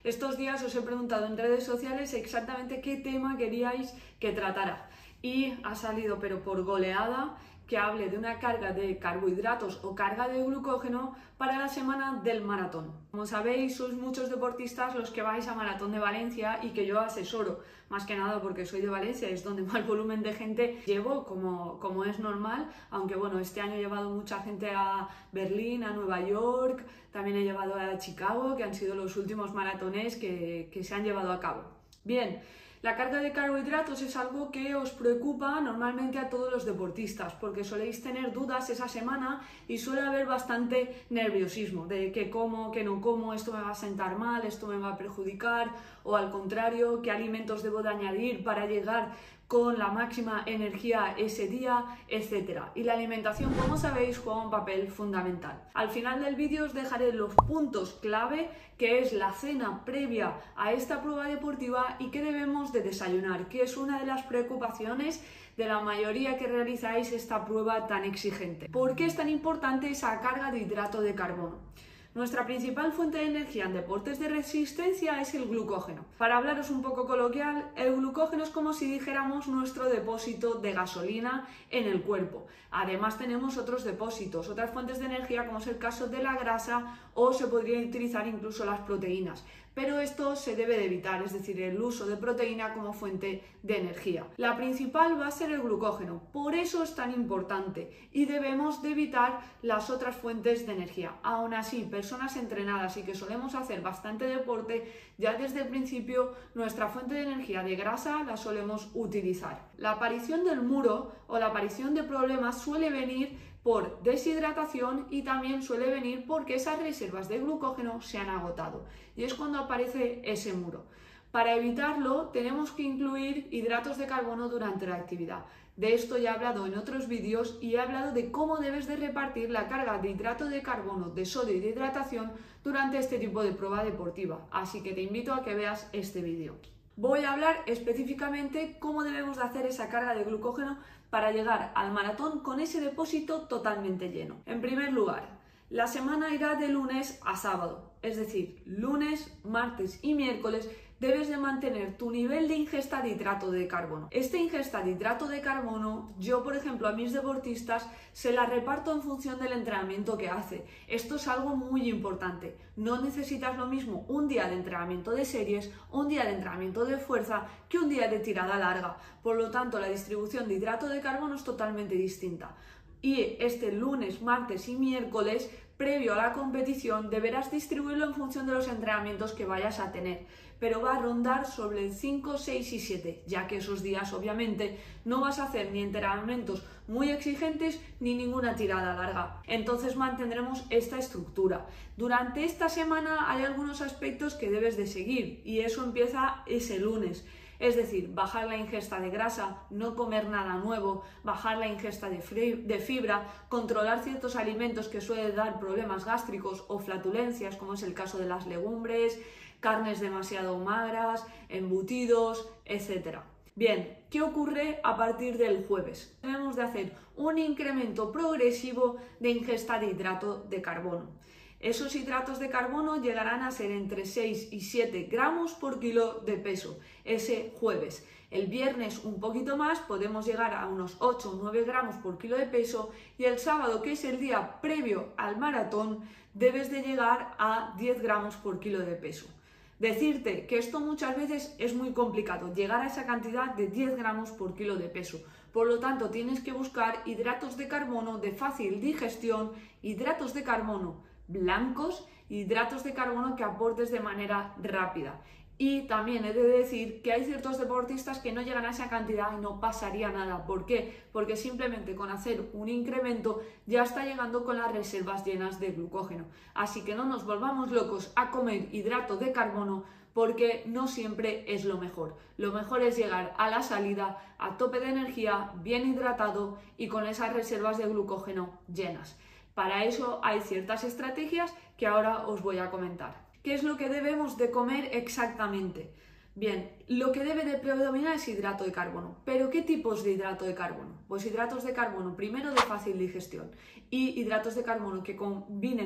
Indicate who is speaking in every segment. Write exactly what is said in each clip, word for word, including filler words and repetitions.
Speaker 1: Estos días os he preguntado en redes sociales exactamente qué tema queríais que tratara y ha salido, pero por goleada, que hable de una carga de carbohidratos o carga de glucógeno para la semana del maratón. Como sabéis, sois muchos deportistas los que vais a Maratón de Valencia y que yo asesoro, más que nada porque soy de Valencia, es donde más volumen de gente llevo, como, como es normal, aunque bueno, este año he llevado mucha gente a Berlín, a Nueva York, también he llevado a Chicago, que han sido los últimos maratones que, que se han llevado a cabo. Bien. La carga de carbohidratos es algo que os preocupa normalmente a todos los deportistas porque soléis tener dudas esa semana y suele haber bastante nerviosismo de qué como, qué no como, esto me va a sentar mal, esto me va a perjudicar o al contrario, qué alimentos debo de añadir para llegar con la máxima energía ese día, etcétera. Y la alimentación, como sabéis, juega un papel fundamental. Al final del vídeo os dejaré los puntos clave, que es la cena previa a esta prueba deportiva y qué debemos de desayunar, que es una de las preocupaciones de la mayoría que realizáis esta prueba tan exigente. ¿Por qué es tan importante esa carga de hidrato de carbono? Nuestra principal fuente de energía en deportes de resistencia es el glucógeno. Para hablaros un poco coloquial, el glucógeno es como si dijéramos nuestro depósito de gasolina en el cuerpo. Además tenemos otros depósitos, otras fuentes de energía como es el caso de la grasa o se podría utilizar incluso las proteínas. Pero esto se debe de evitar, es decir, el uso de proteína como fuente de energía. La principal va a ser el glucógeno, por eso es tan importante y debemos de evitar las otras fuentes de energía. Aún así, personas entrenadas y que solemos hacer bastante deporte, ya desde el principio nuestra fuente de energía de grasa la solemos utilizar. La aparición del muro o la aparición de problemas suele venir por deshidratación y también suele venir porque esas reservas de glucógeno se han agotado y es cuando aparece ese muro. Para evitarlo tenemos que incluir hidratos de carbono durante la actividad. De esto ya he hablado en otros vídeos y he hablado de cómo debes de repartir la carga de hidrato de carbono, de sodio y de hidratación durante este tipo de prueba deportiva, así que te invito a que veas este vídeo. Voy a hablar específicamente cómo debemos de hacer esa carga de glucógeno para llegar al maratón con ese depósito totalmente lleno. En primer lugar, la semana irá de lunes a sábado, es decir, lunes, martes y miércoles debes de mantener tu nivel de ingesta de hidrato de carbono. Esta ingesta de hidrato de carbono, yo por ejemplo a mis deportistas se la reparto en función del entrenamiento que hace. Esto es algo muy importante. No necesitas lo mismo un día de entrenamiento de series, un día de entrenamiento de fuerza que un día de tirada larga. Por lo tanto, la distribución de hidrato de carbono es totalmente distinta. Y este lunes, martes y miércoles, previo a la competición, deberás distribuirlo en función de los entrenamientos que vayas a tener, pero va a rondar sobre el cinco, seis y siete, ya que esos días obviamente no vas a hacer ni entrenamientos muy exigentes ni ninguna tirada larga. Entonces mantendremos esta estructura. Durante esta semana hay algunos aspectos que debes de seguir y eso empieza ese lunes. Es decir, bajar la ingesta de grasa, no comer nada nuevo, bajar la ingesta de fibra, controlar ciertos alimentos que suelen dar problemas gástricos o flatulencias, como es el caso de las legumbres, carnes demasiado magras, embutidos, etcétera. Bien, ¿qué ocurre a partir del jueves? Debemos de hacer un incremento progresivo de ingesta de hidrato de carbono. Esos hidratos de carbono llegarán a ser entre seis y siete gramos por kilo de peso ese jueves. El viernes un poquito más, podemos llegar a unos ocho o nueve gramos por kilo de peso y el sábado, que es el día previo al maratón, debes de llegar a diez gramos por kilo de peso. Decirte que esto muchas veces es muy complicado, llegar a esa cantidad de diez gramos por kilo de peso. Por lo tanto, tienes que buscar hidratos de carbono de fácil digestión, hidratos de carbono blancos, hidratos de carbono que aportes de manera rápida. Y también he de decir que hay ciertos deportistas que no llegan a esa cantidad y no pasaría nada. ¿Por qué? Porque simplemente con hacer un incremento ya está llegando con las reservas llenas de glucógeno. Así que no nos volvamos locos a comer hidrato de carbono porque no siempre es lo mejor. Lo mejor es llegar a la salida a tope de energía, bien hidratado y con esas reservas de glucógeno llenas. Para eso hay ciertas estrategias que ahora os voy a comentar. ¿Qué es lo que debemos de comer exactamente? Bien, lo que debe de predominar es hidrato de carbono. ¿Pero qué tipos de hidrato de carbono? Pues hidratos de carbono primero de fácil digestión y hidratos de carbono que combinen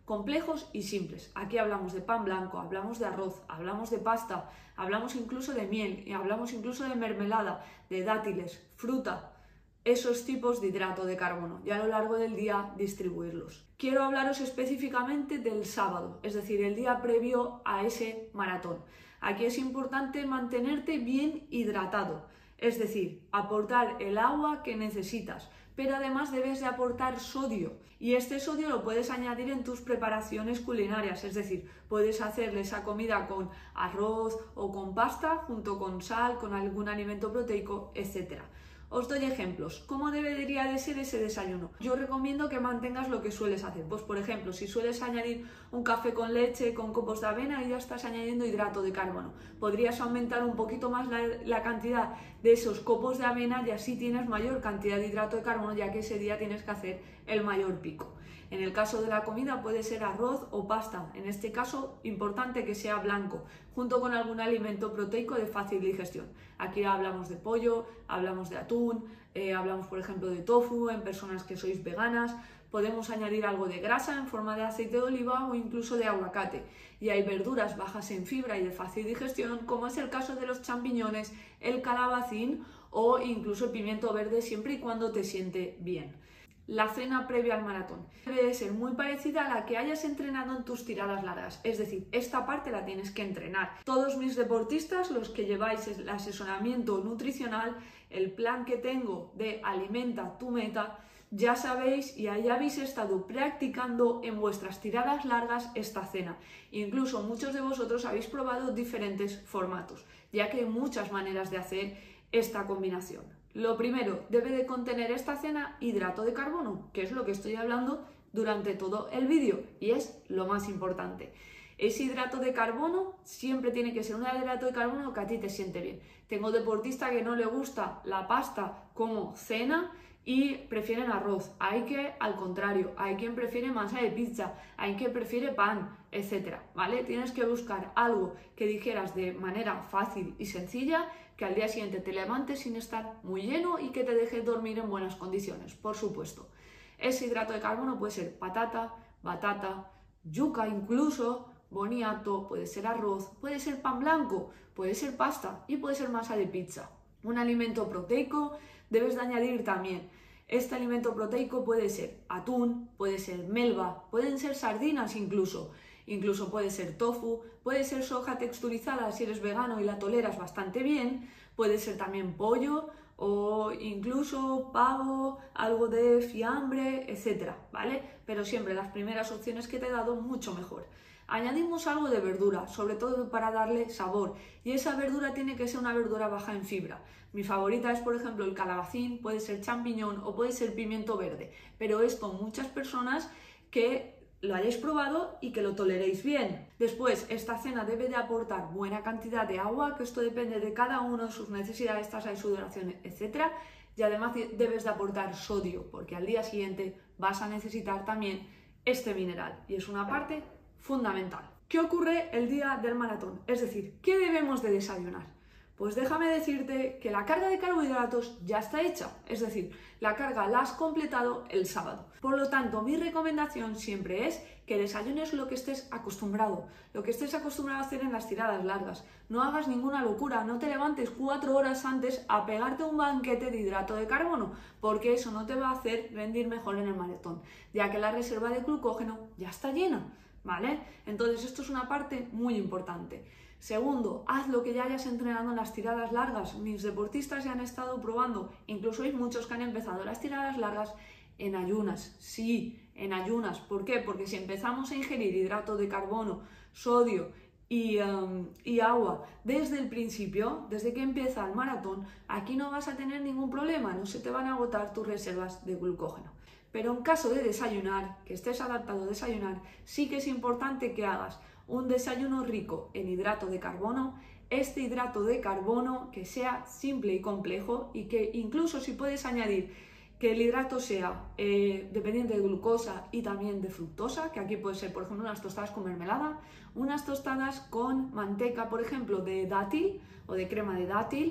Speaker 1: complejos y simples. Aquí hablamos de pan blanco, hablamos de arroz, hablamos de pasta, hablamos incluso de miel, hablamos incluso de mermelada, de dátiles, fruta, esos tipos de hidrato de carbono y a lo largo del día distribuirlos. Quiero hablaros específicamente del sábado, es decir, el día previo a ese maratón. Aquí es importante mantenerte bien hidratado, es decir, aportar el agua que necesitas, pero además debes de aportar sodio y este sodio lo puedes añadir en tus preparaciones culinarias, es decir, puedes hacerle esa comida con arroz o con pasta junto con sal, con algún alimento proteico, etcétera. Os doy ejemplos. ¿Cómo debería de ser ese desayuno? Yo recomiendo que mantengas lo que sueles hacer. Pues por ejemplo, si sueles añadir un café con leche, con copos de avena, ya estás añadiendo hidrato de carbono. Podrías aumentar un poquito más la, la cantidad de esos copos de avena y así tienes mayor cantidad de hidrato de carbono, ya que ese día tienes que hacer el mayor pico. En el caso de la comida puede ser arroz o pasta, en este caso importante que sea blanco, junto con algún alimento proteico de fácil digestión. Aquí hablamos de pollo, hablamos de atún, eh, hablamos por ejemplo de tofu en personas que sois veganas, podemos añadir algo de grasa en forma de aceite de oliva o incluso de aguacate. Y hay verduras bajas en fibra y de fácil digestión, como es el caso de los champiñones, el calabacín o incluso el pimiento verde, siempre y cuando te siente bien. La cena previa al maratón debe ser muy parecida a la que hayas entrenado en tus tiradas largas, es decir, esta parte la tienes que entrenar. Todos mis deportistas, los que lleváis el asesoramiento nutricional, el plan que tengo de alimenta tu meta, ya sabéis y ahí habéis estado practicando en vuestras tiradas largas esta cena. Incluso muchos de vosotros habéis probado diferentes formatos, ya que hay muchas maneras de hacer esta combinación. Lo primero, debe de contener esta cena hidrato de carbono, que es lo que estoy hablando durante todo el vídeo y es lo más importante. Ese hidrato de carbono siempre tiene que ser un hidrato de carbono que a ti te siente bien. Tengo deportistas que no le gusta la pasta como cena y prefieren arroz. Hay que, al contrario, hay quien prefiere masa de pizza, hay quien prefiere pan, etcétera. ¿Vale? Tienes que buscar algo que digieras de manera fácil y sencilla, que al día siguiente te levantes sin estar muy lleno y que te deje dormir en buenas condiciones, por supuesto. Ese hidrato de carbono puede ser patata, batata, yuca incluso, boniato, puede ser arroz, puede ser pan blanco, puede ser pasta y puede ser masa de pizza. Un alimento proteico debes de añadir también. Este alimento proteico puede ser atún, puede ser melva, pueden ser sardinas incluso. Incluso puede ser tofu, puede ser soja texturizada si eres vegano y la toleras bastante bien, puede ser también pollo o incluso pavo, algo de fiambre, etcétera, ¿vale? Pero siempre las primeras opciones que te he dado mucho mejor. Añadimos algo de verdura, sobre todo para darle sabor, y esa verdura tiene que ser una verdura baja en fibra. Mi favorita es, por ejemplo, el calabacín, puede ser champiñón o puede ser pimiento verde, pero esto muchas personas que lo hayáis probado y que lo toleréis bien. Después, esta cena debe de aportar buena cantidad de agua, que esto depende de cada uno de sus necesidades, tasa de sudoración, etcétera. Y además debes de aportar sodio, porque al día siguiente vas a necesitar también este mineral y es una parte fundamental. ¿Qué ocurre el día del maratón? Es decir, ¿qué debemos de desayunar? Pues déjame decirte que la carga de carbohidratos ya está hecha, es decir, la carga la has completado el sábado. Por lo tanto, mi recomendación siempre es que desayunes lo que estés acostumbrado, lo que estés acostumbrado a hacer en las tiradas largas. No hagas ninguna locura, no te levantes cuatro horas antes a pegarte un banquete de hidrato de carbono, porque eso no te va a hacer rendir mejor en el maratón, ya que la reserva de glucógeno ya está llena, ¿vale? Entonces esto es una parte muy importante. Segundo, haz lo que ya hayas entrenado en las tiradas largas. Mis deportistas ya han estado probando, incluso hay muchos que han empezado las tiradas largas en ayunas. Sí, en ayunas. ¿Por qué? Porque si empezamos a ingerir hidrato de carbono, sodio y, um, y agua desde el principio, desde que empieza el maratón, aquí no vas a tener ningún problema, no se te van a agotar tus reservas de glucógeno. Pero en caso de desayunar, que estés adaptado a desayunar, sí que es importante que hagas un desayuno rico en hidrato de carbono, este hidrato de carbono que sea simple y complejo y que incluso si puedes añadir que el hidrato sea eh, dependiente de glucosa y también de fructosa, que aquí puede ser por ejemplo unas tostadas con mermelada, unas tostadas con manteca por ejemplo de dátil o de crema de dátil,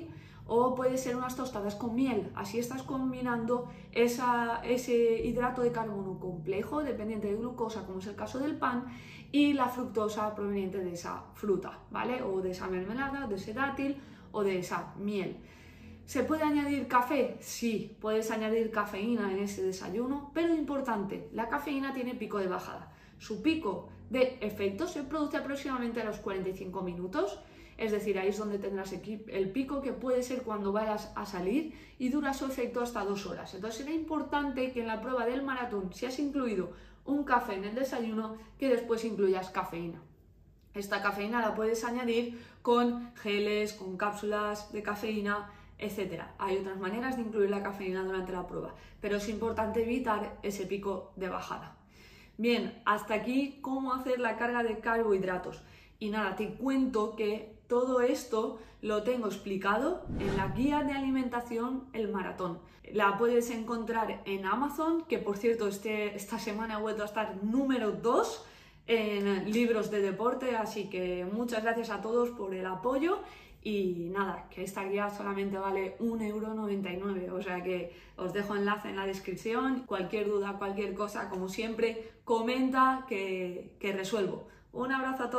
Speaker 1: o puede ser unas tostadas con miel. Así estás combinando esa, ese hidrato de carbono complejo, dependiente de glucosa, como es el caso del pan, y la fructosa proveniente de esa fruta, ¿vale? O de esa mermelada, de ese dátil o de esa miel. ¿Se puede añadir café? Sí, puedes añadir cafeína en ese desayuno, pero importante, la cafeína tiene pico de bajada. Su pico de efecto se produce aproximadamente a los cuarenta y cinco minutos, es decir, ahí es donde tendrás el pico, que puede ser cuando vayas a salir, y dura su efecto hasta dos horas. Entonces será importante que en la prueba del maratón, si has incluido un café en el desayuno, que después incluyas cafeína. Esta cafeína la puedes añadir con geles, con cápsulas de cafeína, etcétera. Hay otras maneras de incluir la cafeína durante la prueba, pero es importante evitar ese pico de bajada. Bien, hasta aquí cómo hacer la carga de carbohidratos. Y nada, te cuento que todo esto lo tengo explicado en la guía de alimentación El Maratón. La puedes encontrar en Amazon, que por cierto este, esta semana ha vuelto a estar número dos en libros de deporte, así que muchas gracias a todos por el apoyo. Y nada, que esta guía solamente vale un euro noventa y nueve, o sea que os dejo enlace en la descripción. Cualquier duda, cualquier cosa, como siempre, comenta que, que resuelvo. Un abrazo a todos.